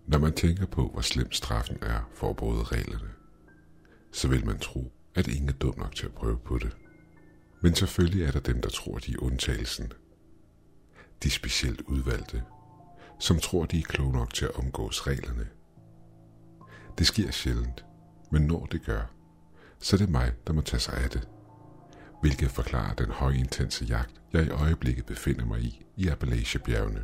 Når man tænker på, hvor slem straffen er for at bryde reglerne, så vil man tro, at ingen er dum nok til at prøve på det. Men selvfølgelig er der dem, der tror, de er undtagelsen. De specielt udvalgte, som tror, de er kloge nok til at omgås reglerne. Det sker sjældent, men når det gør, så er det mig, der må tage sig af det. Hvilket forklarer den højintense jagt, jeg i øjeblikket befinder mig i Appalacherbjergene.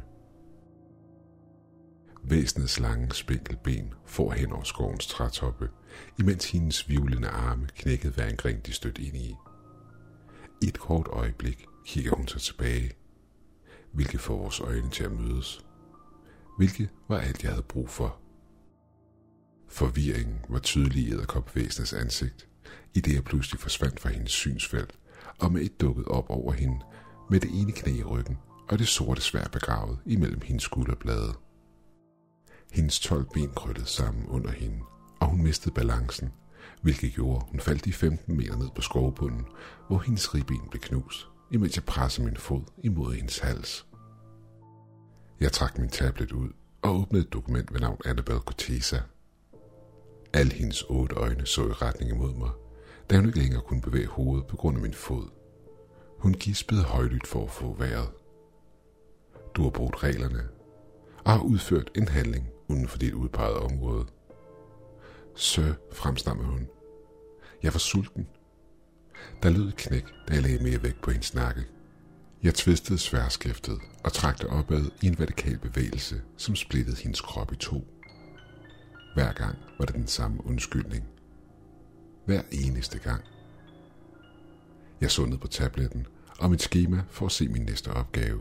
Væsenets lange spinkelben får hen over skovens trætoppe, imens hendes hvivlende arme knækkede hver en gren, de stødte ind i. I et kort øjeblik kigger hun sig tilbage, hvilket får vores øjne til at mødes. Hvilket var alt, jeg havde brug for. Forvirringen var tydelig i edderkopvæsenets ansigt, i det jeg pludselig forsvandt fra hendes synsfelt, og med et dukket op over hende, med det ene knæ i ryggen, og det sorte sværd begravet imellem hendes skulderblade. Hendes 12 ben krøllede sammen under hende, og hun mistede balancen, hvilket gjorde, hun faldt de 15 meter ned på skovbunden, hvor hendes ribben blev knust, imens jeg pressede min fod imod hendes hals. Jeg trak min tablet ud og åbnede et dokument ved navn Annabelle Cortesa. Alle hendes 8 øjne så i retning imod mig, da hun ikke længere kunne bevæge hovedet på grund af min fod. Hun gispede højlydt for at få vejret. Du har brudt reglerne og har udført en handling uden for dit udpegede område. Sir, fremstammede hun. Jeg var sulten. Der lød et knæk, da jeg lagde mere vægt på hendes nakke. Jeg tvistede sværskæftet og trak det opad i en vertikal bevægelse, som splittede hendes krop i 2. Hver gang var det den samme undskyldning. Hver eneste gang. Jeg så ned på tabletten og mit skema for at se min næste opgave.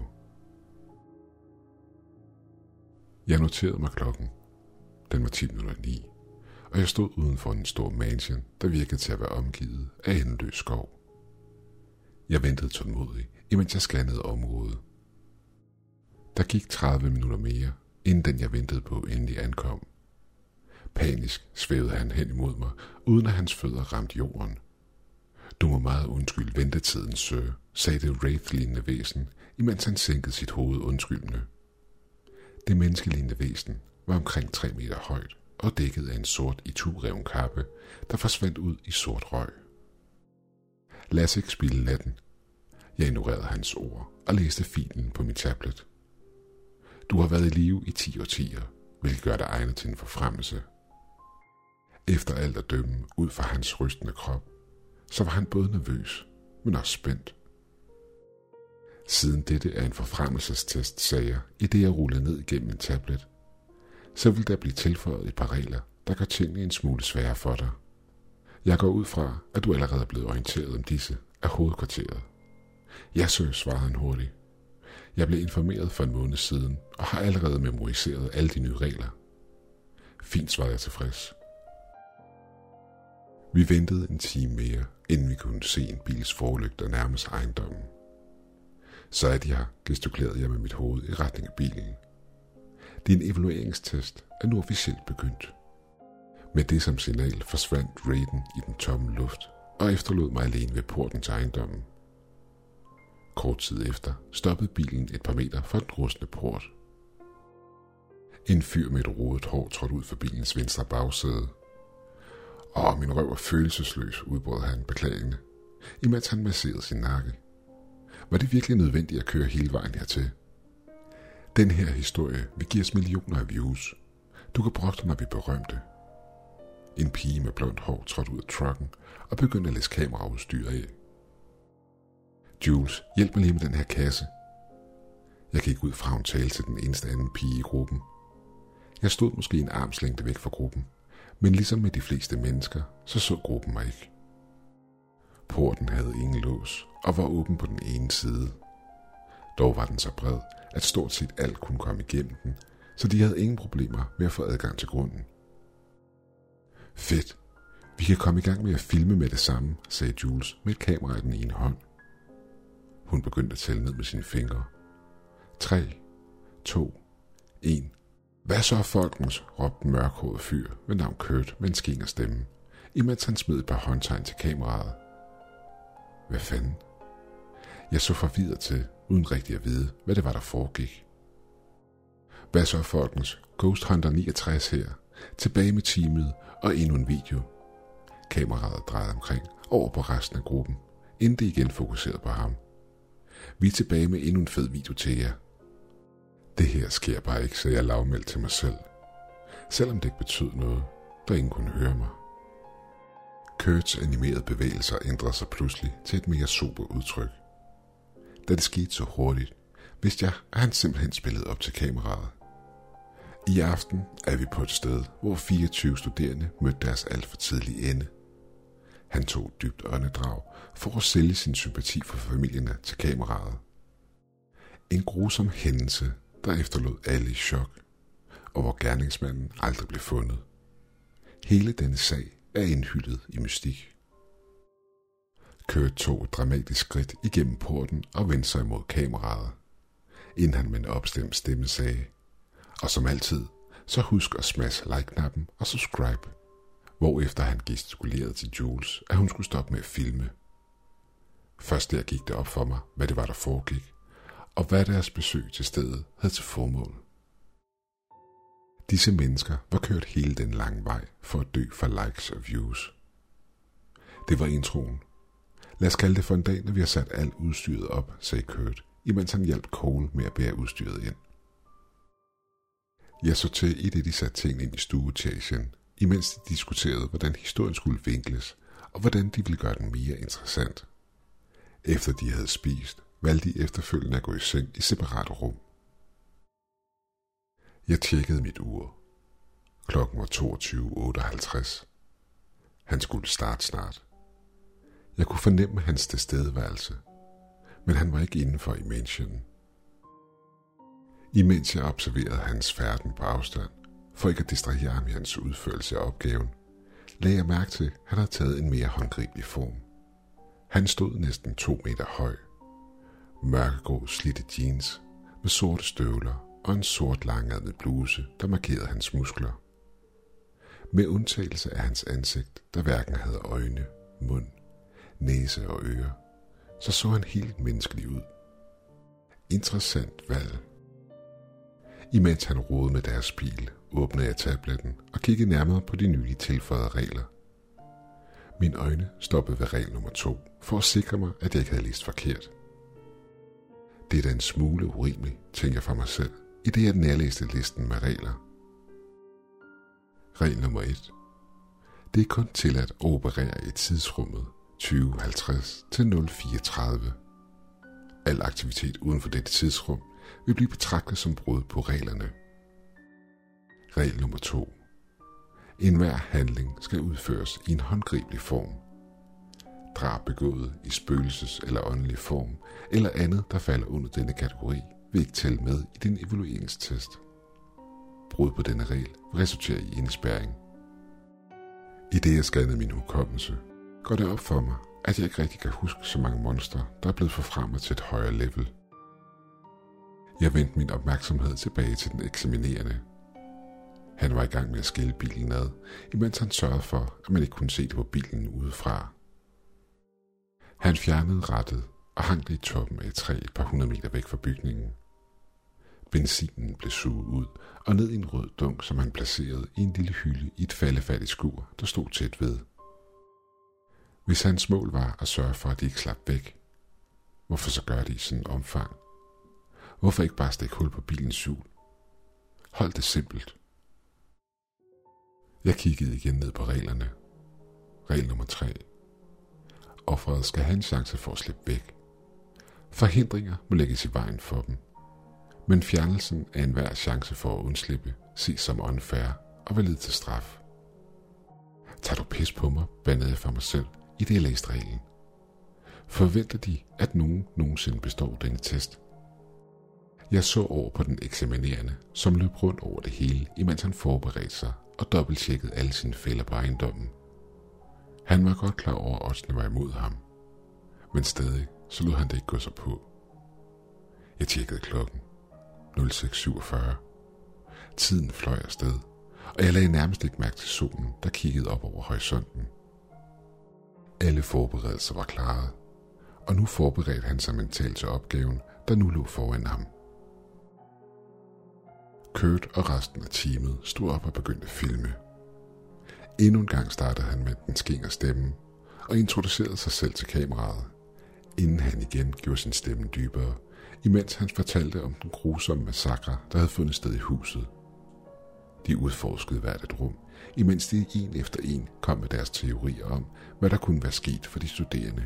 Jeg noterede mig klokken. Den var 9:10, og jeg stod uden for en stor mansion, der virkede til at være omgivet af endeløs skov. Jeg ventede tålmodigt, imens jeg scannede området. Der gik 30 minutter mere, inden den jeg ventede på endelig ankom. Panisk svævede han hen imod mig, uden at hans fødder ramte jorden. Du må meget undskylde ventetiden, sir, sagde det wraith-lignende væsen, imens han sænkede sit hoved undskyldende. Det menneskelignende væsen var omkring 3 meter højt og dækket af en sort itureven kappe, der forsvandt ud i sort røg. Lad os ikke spilde natten. Jeg ignorerede hans ord og læste filen på min tablet. Du har været i live i 10 årtier, hvilket gør dig egnet til en forfremmelse. Efter alt at dømme ud fra hans rystende krop, så var han både nervøs, men også spændt. Siden dette er en forfremmelsestest, sagde jeg, i det jeg rullede ned igennem min tablet, så vil der blive tilføjet et par regler, der gør tingene en smule sværere for dig. Jeg går ud fra, at du allerede er blevet orienteret om disse af hovedkvarteret. Ja, sir, svarede han hurtigt. Jeg blev informeret for en måned siden, og har allerede memoriseret alle de nye regler. Fint, svarede jeg tilfreds. Vi ventede en time mere, inden vi kunne se en bils forlygter nærme sig ejendommen. Så at jeg gestikulerede jeg med mit hoved i retning af bilen. Din evalueringstest er nu officielt begyndt. Med det som signal forsvandt Raiden i den tomme luft og efterlod mig alene ved porten til ejendommen. Kort tid efter stoppede bilen et par meter fra den rustne port. En fyr med et rodet hår trådte ud for bilens venstre bagsæde. Min røv var følelsesløs, udbrød han beklagende, imens han masserede sin nakke. Var det virkelig nødvendigt at køre hele vejen hertil? Den her historie vil give os millioner af views. Du kan brokke dig, når vi er berømte. En pige med blondt hår trådte ud af trucken og begyndte at læse kameraudstyr af. Jules, hjælp mig lige med den her kasse. Jeg gik ud fra, hun talte til den eneste anden pige i gruppen. Jeg stod måske en armslængde væk fra gruppen, men ligesom med de fleste mennesker, så gruppen mig ikke. Porten havde ingen lås og var åben på den ene side. Dog var den så bred, at stort set alt kunne komme igennem den, så de havde ingen problemer med at få adgang til grunden. Fedt. Vi kan komme i gang med at filme med det samme, sagde Jules med et kamera i den ene hånd. Hun begyndte at tælle ned med sine fingre. 3, 2, 1. Hvad så, folkens? Råbte den mørkhårede fyr ved navn Kurt med en skinger stemme, imens han smed et par håndtegn til kameraet. Hvad fanden? Jeg så forvirret til, uden rigtig at vide, hvad det var, der foregik. Hvad så, folkens? Ghost Hunter 69 her. Tilbage med teamet og endnu en video. Kameraet drejede omkring over på resten af gruppen, inden det igen fokuserede på ham. Vi er tilbage med endnu en fed video til jer. Det her sker bare ikke, så jeg lavmældt til mig selv. Selvom det ikke betød noget, da ingen kunne høre mig. Kurts animerede bevægelser ændrede sig pludselig til et mere sober udtryk. Da det skete så hurtigt, vidste jeg, at han simpelthen spillede op til kameraet. I aften er vi på et sted, hvor 24 studerende mødte deres alt for tidlige ende. Han tog et dybt åndedrag for at sælge sin sympati for familierne til kameraet. En grusom hændelse, der efterlod alle i chok, og hvor gerningsmanden aldrig blev fundet. Hele denne sag er indhyllet i mystik. Kurt tog et dramatisk skridt igennem porten og vendte sig imod kameraet, inden han med en opstemt stemme sagde, og som altid, så husk at smash like-knappen og subscribe, hvorefter han gestikulerede til Jules, at hun skulle stoppe med at filme. Først der gik det op for mig, hvad det var, der foregik, og hvad deres besøg til stedet havde til formål. Disse mennesker var kørt hele den lange vej for at dø for likes og views. Det var introen. Lad os kalde det for en dag, når vi har sat alt udstyret op, sagde Kurt, imens han hjalp Cole med at bære udstyret ind. Jeg så til i det, de satte tingene ind i stueetagen, imens de diskuterede, hvordan historien skulle vinkles, og hvordan de ville gøre den mere interessant. Efter de havde spist, valgte de efterfølgende at gå i seng i separate rum. Jeg tjekkede mit ur. Klokken var 22:58. Han skulle starte snart. Jeg kunne fornemme hans tilstedeværelse, men han var ikke indenfor i mansionen. Imens jeg observerede hans færden på afstand, for ikke at distrahere ham i hans udførelse af opgaven, lagde jeg mærke til, at han havde taget en mere håndgribelig form. Han stod næsten 2 meter høj. Mørkegrå slidte jeans med sorte støvler og en sort langærmet bluse, der markerede hans muskler. Med undtagelse af hans ansigt, der hverken havde øjne, mund, næse og ører, så han helt menneskelig ud. Interessant valg. Imens han rodede med deres bil, åbnede jeg tabletten og kiggede nærmere på de nylige tilføjede regler. Mine øjne stoppede ved regel nummer 2, for at sikre mig, at jeg ikke havde læst forkert. Det er da en smule urimeligt, tænker jeg for mig selv, i det jeg nærlæste listen med regler. Regel nummer 1. Det er kun tilladt at operere i tidsrummet 2050 til 0430. Al aktivitet uden for dette tidsrum vil blive betragtet som brud på reglerne. Regel nummer 2. Enhver handling skal udføres i en håndgribelig form. Drab begået i spøgelses- eller åndelig form, eller andet, der falder under denne kategori, vil ikke tælle med i din evalueringstest. Brud på denne regel vil resultere i indespærring. I det jeg scannede min hukommelse, går det op for mig, at jeg ikke rigtig kan huske så mange monstre, der er blevet forfremmet til et højere level. Jeg vendte min opmærksomhed tilbage til den eksaminerende. Han var i gang med at skille bilen ad, imens han sørgede for, at man ikke kunne se det på bilen udefra. Han fjernede rattet og hang det i toppen af et træ et par 100 meter væk fra bygningen. Benzinen blev suget ud og ned i en rød dunk, som han placerede i en lille hylde i et faldefærdigt skur, der stod tæt ved. Hvis hans mål var at sørge for, at de ikke slap væk, hvorfor så gøre det i sådan et omfang? Hvorfor ikke bare stikke hul på bilens hjul? Hold det simpelt. Jeg kiggede igen ned på reglerne. Regel nummer 3. Offeret skal have en chance for at slippe væk. Forhindringer må lægges i vejen for dem. Men fjernelsen af enhver chance for at undslippe ses som unfair og vil lede til straf. Tager du pis på mig, bandede jeg for mig selv, i det jeg læste reglen. Forventer de, at nogen nogensinde består denne test? Jeg så over på den eksaminerende, som løb rundt over det hele, imens han forberedte sig og dobbelttjekkede alle sine fælder på ejendommen. Han var godt klar over, at oddsene var imod ham. Men stadig, så lod han det ikke gå sig på. Jeg tjekkede klokken. 06:47. Tiden fløj afsted, og jeg lagde nærmest ikke mærke til solen, der kiggede op over horisonten. Alle forberedelser var klare, og nu forberedte han sig mentalt til opgaven, der nu lå foran ham. Kurt og resten af teamet stod op og begyndte at filme. Endnu en gang startede han med den skingre stemme og introducerede sig selv til kameraet, inden han igen gjorde sin stemme dybere, imens han fortalte om den grusomme massakre, der havde fundet sted i huset. De udforskede hvert et rum, imens de en efter en kom med deres teorier om, hvad der kunne være sket for de studerende.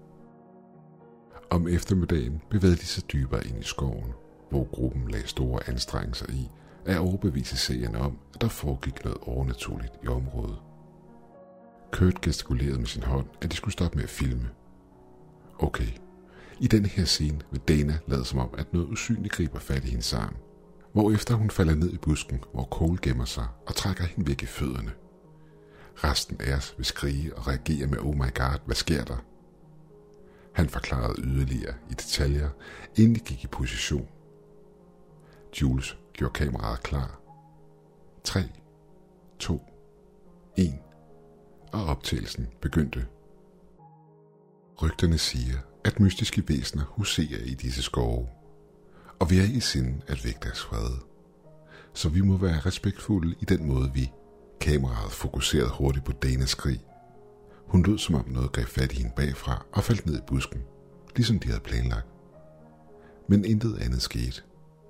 Om eftermiddagen bevægede de sig dybere ind i skoven, hvor gruppen lagde store anstrengelser i at overbevise seerne om, at der foregik noget overnaturligt i området. Kurt gestikulerede med sin hånd, at de skulle stoppe med at filme. Okay, i denne her scene vil Dana lade som om, at noget usynligt griber fat i hendes arm, hvorefter hun falder ned i busken, hvor Cole gemmer sig og trækker hende væk i fødderne. Resten af os vil skrige og reagere med "Oh my god, hvad sker der?" Han forklarede yderligere i detaljer, inden de gik i position. Jules gjorde kameraet klar. 3, 2, 1, og optagelsen begyndte. Rygterne siger, at mystiske væsener huserer i disse skove, og vi er i sinde at vække deres fred. Så vi må være respektfulde i den måde, vi kameraet fokuserede hurtigt på Danas skrig. Hun lød som om noget greb fat i hende bagfra og faldt ned i busken, ligesom de havde planlagt. Men intet andet skete.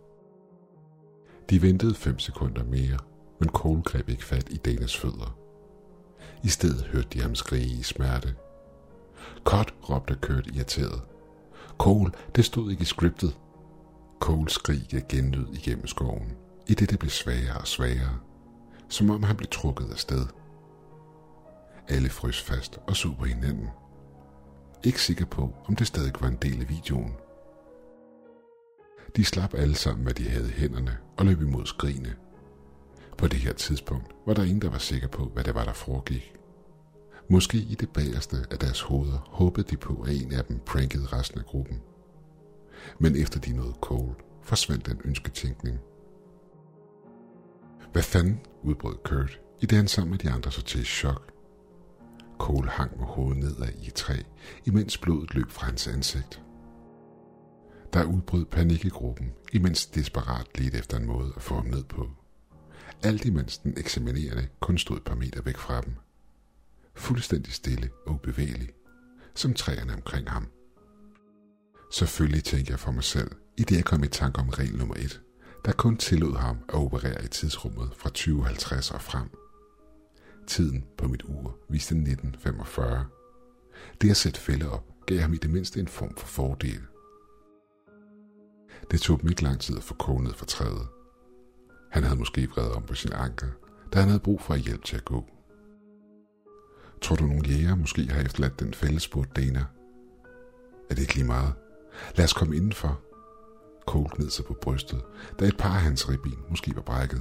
De ventede 5 sekunder mere, men Cole greb ikke fat i Danas fødder. I stedet hørte de ham skrige i smerte. "Cut!" råbte Kurt irriteret. "Cole, det stod ikke i scriptet." Coles skrig gav genlyd igennem skoven, i det blev svagere og svagere, som om han blev trukket af sted. Alle frøs fast og så på hinanden. Ikke sikker på, om det stadig var en del af videoen. De slap alle sammen, hvad de havde i hænderne, og løb imod skrigene. På det her tidspunkt var der ingen, der var sikker på, hvad det var, der foregik. Måske i det bagerste af deres hoveder håbede de på, at en af dem prankede resten af gruppen. Men efter de nåede Cole, forsvandt den ønsketænkning. "Hvad fanden?" udbrød Kurt, i det han sammen med de andre så til chok. Cole hang med hovedet nedad i et træ, imens blodet løb fra hans ansigt. Der udbrød panik i gruppen, imens desperat ledte efter en måde at få ham ned på. Alt imens den eksaminerende kun stod et par meter væk fra dem. Fuldstændig stille og ubevægelig, som træerne omkring ham. Selvfølgelig tænkte jeg for mig selv, i det jeg kom i tanke om regel nummer 1, der kun tillod ham at operere i tidsrummet fra 2050 og frem. Tiden på mit ur viste 1945. Det at sætte fælde op gav ham i det mindste en form for fordel. Det tog dem ikke lang tid at få Cole ned fra træet. Han havde måske vredet om på sin ankel, da han havde brug for hjælp til at gå. "Tror du, nogle jæger måske har efterladt den fælde?" spurgte Dana. "Er det ikke lige meget? Lad os komme indenfor." Cole gned sig på brystet, da et par af hans ribben måske var brækket.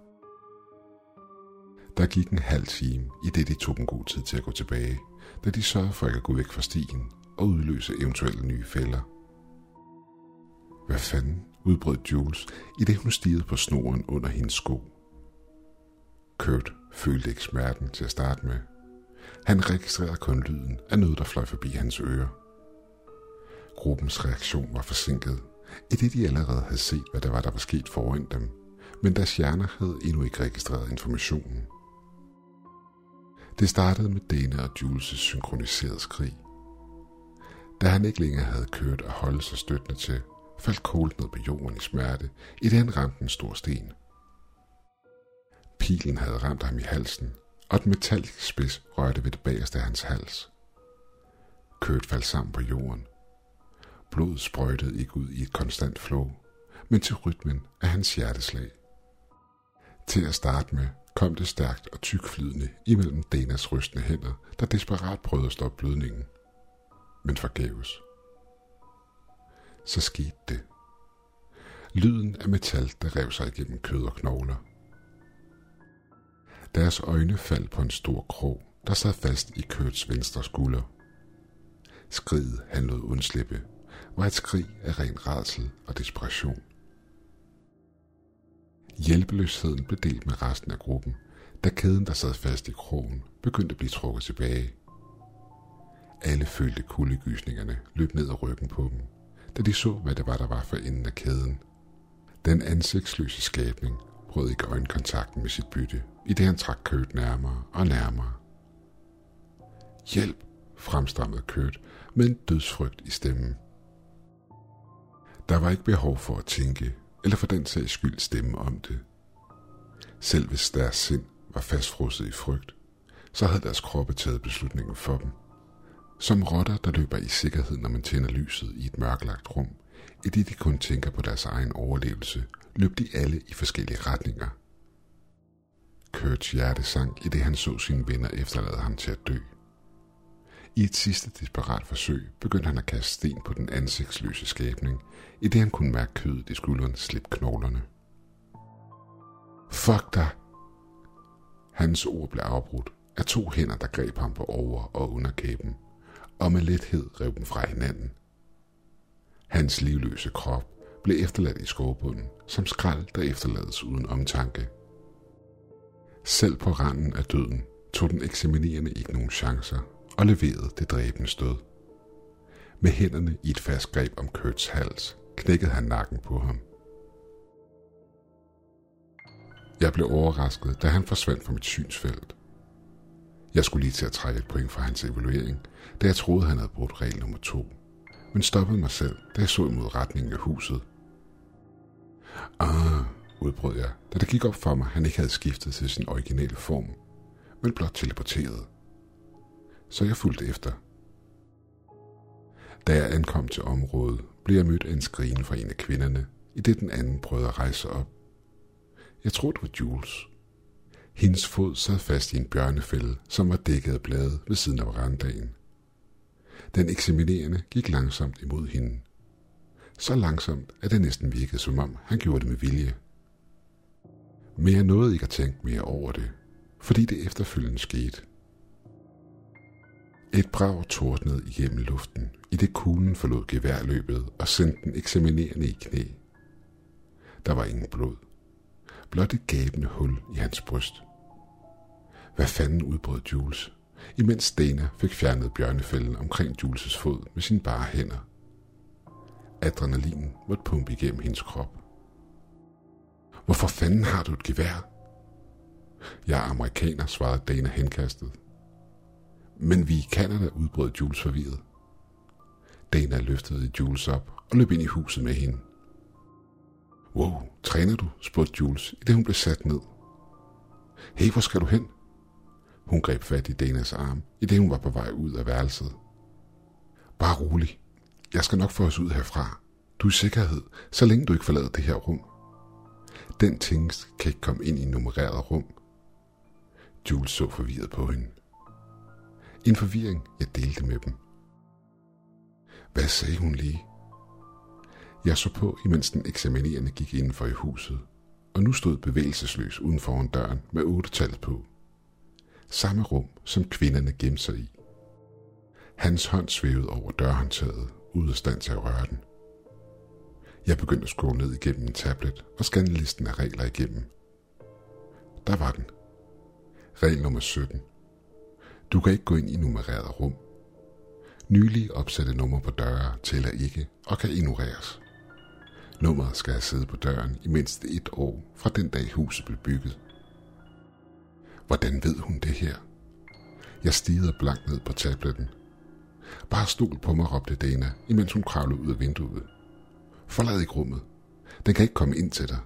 Der gik en halv time, i det de tog en god tid til at gå tilbage, da de sørgede for ikke at gå væk fra stien og udløse eventuelle nye fælder. "Hvad fanden?" udbrød Jules, i det hun stirrede på snoren under hendes sko. Kurt følte ikke smerten til at starte med. Han registrerede kun lyden af noget, der fløj forbi hans ører. Gruppens reaktion var forsinket, i det de allerede havde set, hvad der var sket foran dem, men deres hjerner havde endnu ikke registreret informationen. Det startede med Dana og Jules' synkroniserede skrig. Da han ikke længere havde kørt at holde sig støttende til, faldt Cole ned på jorden i smerte, i det han ramte en stor sten. Pilen havde ramt ham i halsen, og et metallisk spids rørte ved det bagerste af hans hals. Kurt faldt sammen på jorden. Blodet sprøjtede ikke ud i et konstant flow, men til rytmen af hans hjerteslag. Til at starte med kom det stærkt og tykflydende imellem Danas rystende hænder, der desperat prøvede at stoppe blødningen. Men forgæves. Så skete det. Lyden af metal, der rev sig igennem kød og knogler. Deres øjne faldt på en stor krog, der sad fast i Kurts venstre skulder. Skriget, han lod undslippe, var et skrig af ren rædsel og desperation. Hjælpeløsheden blev delt med resten af gruppen, da kæden, der sad fast i krogen, begyndte at blive trukket tilbage. Alle følte kuldegysningerne løb ned ad ryggen på dem, da de så, hvad det var, der var for enden af kæden. Den ansigtsløse skabning brød ikke øjenkontakten med sit bytte, i det han trak Kurt nærmere og nærmere. Hjælp, fremstammede Kurt med en dødsfrygt i stemmen. Der var ikke behov for at tænke, eller for den sags skyld stemme om det. Selv hvis deres sind var fastfrosset i frygt, så havde deres kroppe taget beslutningen for dem. Som rotter, der løber i sikkerhed, når man tænder lyset i et mørklagt rum, i det de kun tænker på deres egen overlevelse, løb de alle i forskellige retninger. Kurts hjerte sank, i det han så sine venner efterlade ham til at dø. I et sidste desperat forsøg begyndte han at kaste sten på den ansigtsløse skabning, i det han kunne mærke kødet i skulderen slippe knoglerne. Fuck dig! Hans ord blev afbrudt af 2 hænder, der greb ham på over- og underkæben, og med lethed rev dem fra hinanden. Hans livløse krop blev efterladt i skovbunden, som skrald, der efterlades uden omtanke. Selv på randen af døden tog den eksaminerende ikke nogen chancer og leverede det dræbende stød. Med hænderne i et fast greb om Kurts hals knækkede han nakken på ham. Jeg blev overrasket, da han forsvandt fra mit synsfelt. Jeg skulle lige til at trække et point fra hans evaluering, da jeg troede, han havde brudt regel nummer 2, men stoppede mig selv, da jeg så imod retningen af huset. Udbrød jeg, da det gik op for mig, han ikke havde skiftet til sin originale form, men blot teleporteret. Så jeg fulgte efter. Da jeg ankom til området, blev jeg mødt af en skrigen fra en af kvinderne, i det den anden prøvede at rejse op. Jeg troede, det var Jules. Hendes fod sad fast i en bjørnefælde, som var dækket af blade ved siden af verandaen. Den eksaminerende gik langsomt imod hende. Så langsomt, at det næsten virkede, som om han gjorde det med vilje. Men jeg nåede ikke at tænke mere over det, fordi det efterfølgende skete. Et brag tordnede igennem luften, i det kuglen forlod geværløbet og sendte den eksaminerende i knæ. Der var ingen blod. Blot et gabende hul i hans bryst. Hvad fanden, udbrød Jules, imens Dana fik fjernet bjørnefælden omkring Jules' fod med sine bare hænder. Adrenalin måtte pumpe igennem hendes krop. Hvorfor fanden har du et gevær? Jeg er amerikaner, svarede Dana henkastet. Men vi er i Canada, udbrød Jules forvirret. Dana løftede Jules op og løb ind i huset med hende. Wow, træner du? Spurgte Jules, i det hun blev sat ned. Hey, hvor skal du hen? Hun greb fat i Danas arm, i det hun var på vej ud af værelset. Bare rolig. Jeg skal nok få os ud herfra. Du er i sikkerhed, så længe du ikke forlader det her rum. Den tingest kan ikke komme ind i et nummereret rum. Jules så forvirret på hende. En forvirring, jeg delte med dem. Hvad sagde hun lige? Jeg så på, imens den eksaminerende gik indenfor i huset, og nu stod bevægelsesløs uden foran døren med 8-tallet på. Samme rum, som kvinderne gemte sig i. Hans hånd svævede over dørhåndtaget, ude af stand til at røre den. Jeg begyndte at scrolle ned igennem min tablet og scanne listen af regler igennem. Der var den. Regel nummer 17. Du kan ikke gå ind i nummererede rum. Nylige opsatte numre på døre tæller ikke og kan ignoreres. Nummeret skal have siddet på døren i mindst 1 år fra den dag huset blev bygget. Hvordan ved hun det her? Jeg stirrede blankt ned på tabletten. Bare stol på mig, råbte Dana, imens hun kravlede ud af vinduet. Forlad ikke rummet. Den kan ikke komme ind til dig.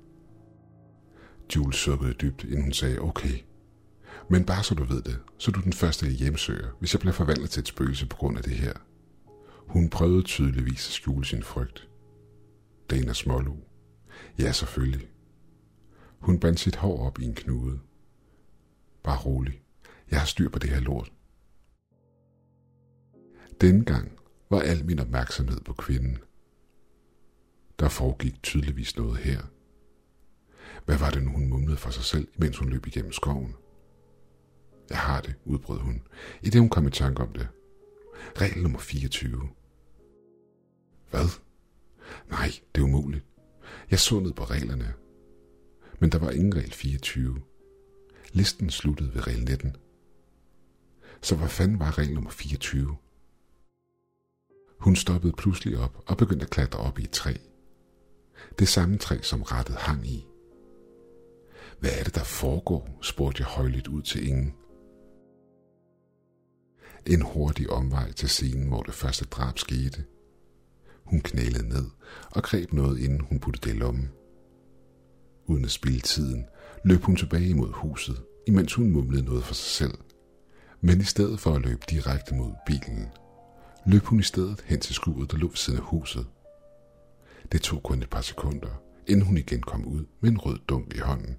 Jules sukkede dybt, inden hun sagde okay. Men bare så du ved det, så er du den første, jeg hjemsøger, hvis jeg bliver forvandlet til et spøgelse på grund af det her. Hun prøvede tydeligvis at skjule sin frygt. Dana smålog. Ja, selvfølgelig. Hun bandt sit hår op i en knude. Bare rolig. Jeg har styr på det her lort. Denne gang var al min opmærksomhed på kvinden. Der foregik tydeligvis noget her. Hvad var det nu, hun mumlede for sig selv, mens hun løb igennem skoven? Jeg har det, udbrød hun, i det hun kom i tanke om det. Regel nummer 24. Hvad? Nej, det er umuligt. Jeg så ned på reglerne. Men der var ingen regel 24. Listen sluttede ved regel 19. Så hvad fanden var regel nummer 24? Hun stoppede pludselig op og begyndte at klatre op i et træ. Det samme træ, som rattet hang i. Hvad er det, der foregår? Spurgte jeg højligt ud til ingen. En hurtig omvej til scenen, hvor det første drab skete. Hun knælede ned og greb noget, inden hun puttede det i lommen. Uden at spilde tiden, løb hun tilbage imod huset, imens hun mumlede noget for sig selv. Men i stedet for at løbe direkte mod bilen, løb hun i stedet hen til skuret, der lå ved siden af huset. Det tog kun et par sekunder, inden hun igen kom ud med en rød dunk i hånden.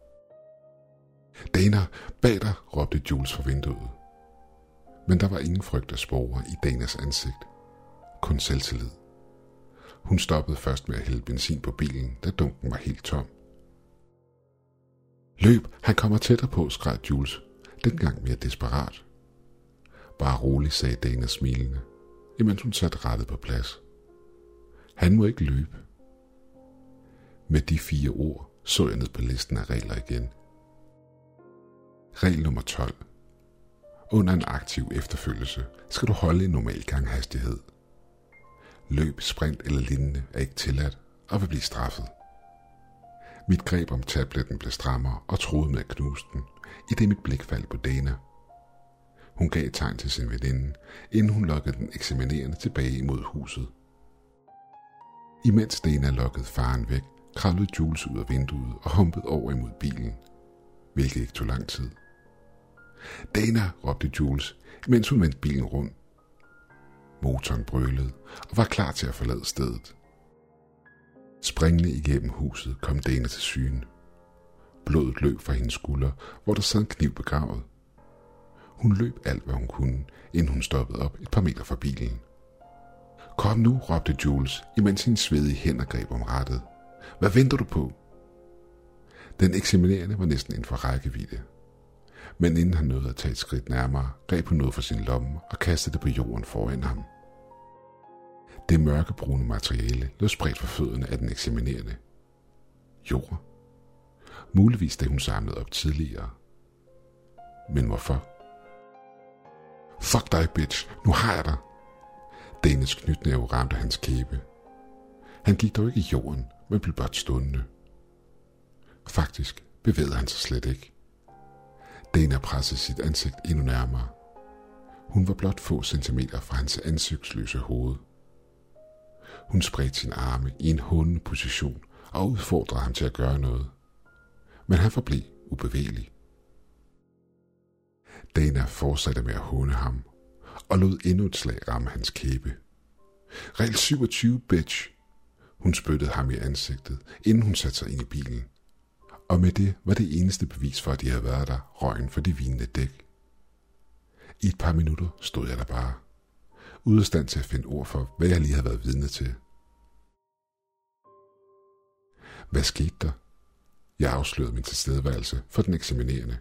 Dana, bag dig, råbte Jules fra vinduet. Men der var ingen frygt at spore i Danas ansigt. Kun selvtillid. Hun stoppede først med at hælde benzin på bilen, da dunken var helt tom. Løb, han kommer tættere på, skreg Jules, dengang mere desperat. Bare rolig, sagde Dana smilende, imens hun satte rattet på plads. Han må ikke løbe. Med de 4 ord så jeg ned på listen af regler igen. Regel nummer 12. Under en aktiv efterfølgelse skal du holde en normal ganghastighed. Løb, sprint eller lignende er ikke tilladt og vil blive straffet. Mit greb om tabletten blev strammere og troede med at knuse den, i det mit blik faldt på Dana. Hun gav et tegn til sin veninde, inden hun lokkede den eksaminerende tilbage imod huset. Imens Dana lokkede faren væk, kravlede Jules ud af vinduet og humpede over imod bilen, hvilket ikke tog lang tid. Dana, råbte Jules, mens hun vendte bilen rundt. Motoren brølede og var klar til at forlade stedet. Springende igennem huset kom Dana til syne. Blodet løb fra hendes skulder, hvor der sad en kniv begravet. Hun løb alt, hvad hun kunne, inden hun stoppede op et par meter fra bilen. Kom nu, råbte Jules, imens hendes svedige hænder greb om rattet. Hvad venter du på? Den eksaminerende var næsten inden for rækkevidde. Men inden han nåede at tage et skridt nærmere, greb hun noget fra sin lomme og kastede det på jorden foran ham. Det mørkebrune materiale lå spredt for fødderne af den eksaminerende. Jord? Muligvis det hun samlede op tidligere. Men hvorfor? Fuck dig, bitch. Nu har jeg dig. Danes knytnæve ramte hans kæbe. Han gik dog ikke i jorden, men blev blot stående. Faktisk bevægede han sig slet ikke. Dana pressede sit ansigt endnu nærmere. Hun var blot få centimeter fra hans ansigtsløse hoved. Hun spredte sine arme i en hånende position og udfordrede ham til at gøre noget. Men han forblev ubevægelig. Dana fortsatte med at håne ham og lod endnu et slag ramme hans kæbe. Regel 27, bitch! Hun spyttede ham i ansigtet, inden hun satte sig ind i bilen. Og med det var det eneste bevis for, at de havde været der, røgen for de hvinende dæk. I et par minutter stod jeg der bare, ude af stand til at finde ord for, hvad jeg lige havde været vidne til. Hvad skete der? Jeg afslørede min tilstedeværelse for den eksaminerende.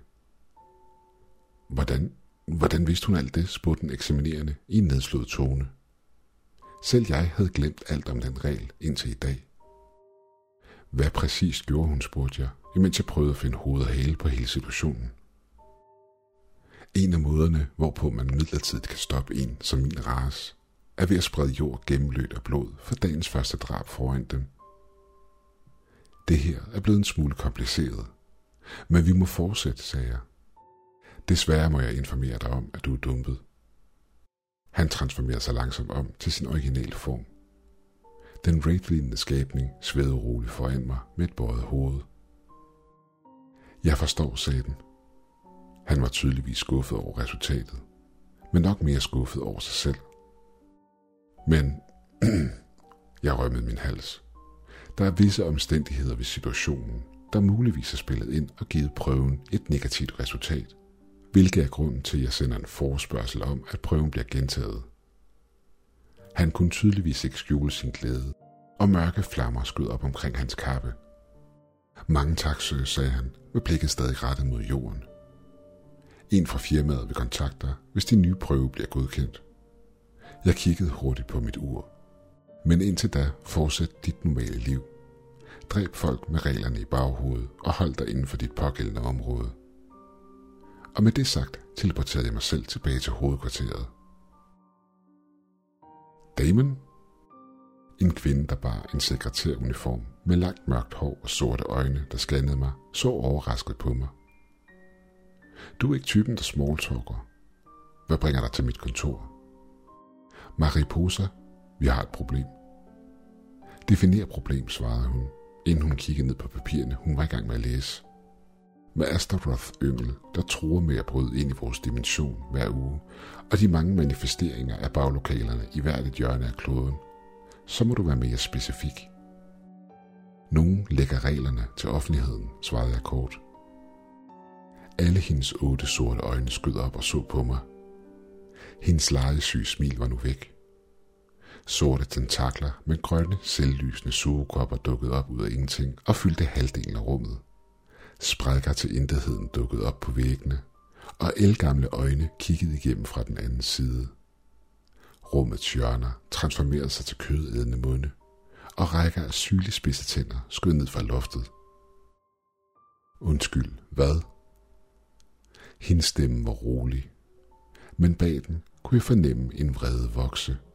Hvordan vidste hun alt det, spurgte den eksaminerende i en nedslået tone. Selv jeg havde glemt alt om den regel indtil i dag. Hvad præcis gjorde hun, spurgte jeg, imens jeg prøvede at finde hoved og hale på hele situationen. En af måderne, hvorpå man midlertidigt kan stoppe en som min race, er ved at sprede jord gennemløbt af blod for dagens første drab foran dem. Det her er blevet en smule kompliceret, men vi må fortsætte, sagde jeg. Desværre må jeg informere dig om, at du er dumpet. Han transformerede sig langsomt om til sin originale form. Den wraith-lignende skabning svævede roligt foran mig med et bøjet hoved. Jeg forstår, sagde den. Han var tydeligvis skuffet over resultatet, men nok mere skuffet over sig selv. Men jeg rømmede min hals. Der er visse omstændigheder ved situationen, der muligvis har spillet ind og givet prøven et negativt resultat, hvilket er grunden til, at jeg sender en forespørgsel om, at prøven bliver gentaget. Han kunne tydeligvis ikke skjule sin glæde, og mørke flammer skød op omkring hans kappe. Mange tak, sir, sagde han, med blikket stadig rettet mod jorden. En fra firmaet vil kontakte dig, hvis din nye prøve bliver godkendt. Jeg kiggede hurtigt på mit ur. Men indtil da, fortsæt dit normale liv. Dræb folk med reglerne i baghovedet og hold dig inden for dit pågældende område. Og med det sagt, teleporterede jeg mig selv tilbage til hovedkvarteret. Damon? En kvinde, der bar en sekretæruniform med langt mørkt hår og sorte øjne, der scannede mig, så overrasket på mig. Du er ikke typen, der smalltalker. Hvad bringer dig til mit kontor? Mariposa, vi har et problem. Definer problem, svarede hun, inden hun kiggede ned på papirerne, hun var i gang med at læse. Med Astaroth-yngel, der truer med at bryde ind i vores dimension hver uge, og de mange manifesteringer af baglokalerne i hvert et hjørne af kloden, så må du være mere specifik. Nogen lægger reglerne til offentligheden, svarede jeg kort. Alle hendes 8 sorte øjne skød op og så på mig. Hendes legesyge smil var nu væk. Sorte tentakler med grønne, selvlysende sugekopper dukkede op ud af ingenting og fyldte halvdelen af rummet. Sprækker til intetheden dukkede op på væggene, og ældgamle øjne kiggede igennem fra den anden side. Rummets hjørner transformerede sig til kødædende munde, og rækker af sygelig-spidse tænder skød ned fra loftet. Undskyld, hvad? Hendes stemme var rolig, men bag den kunne jeg fornemme en vrede vokse.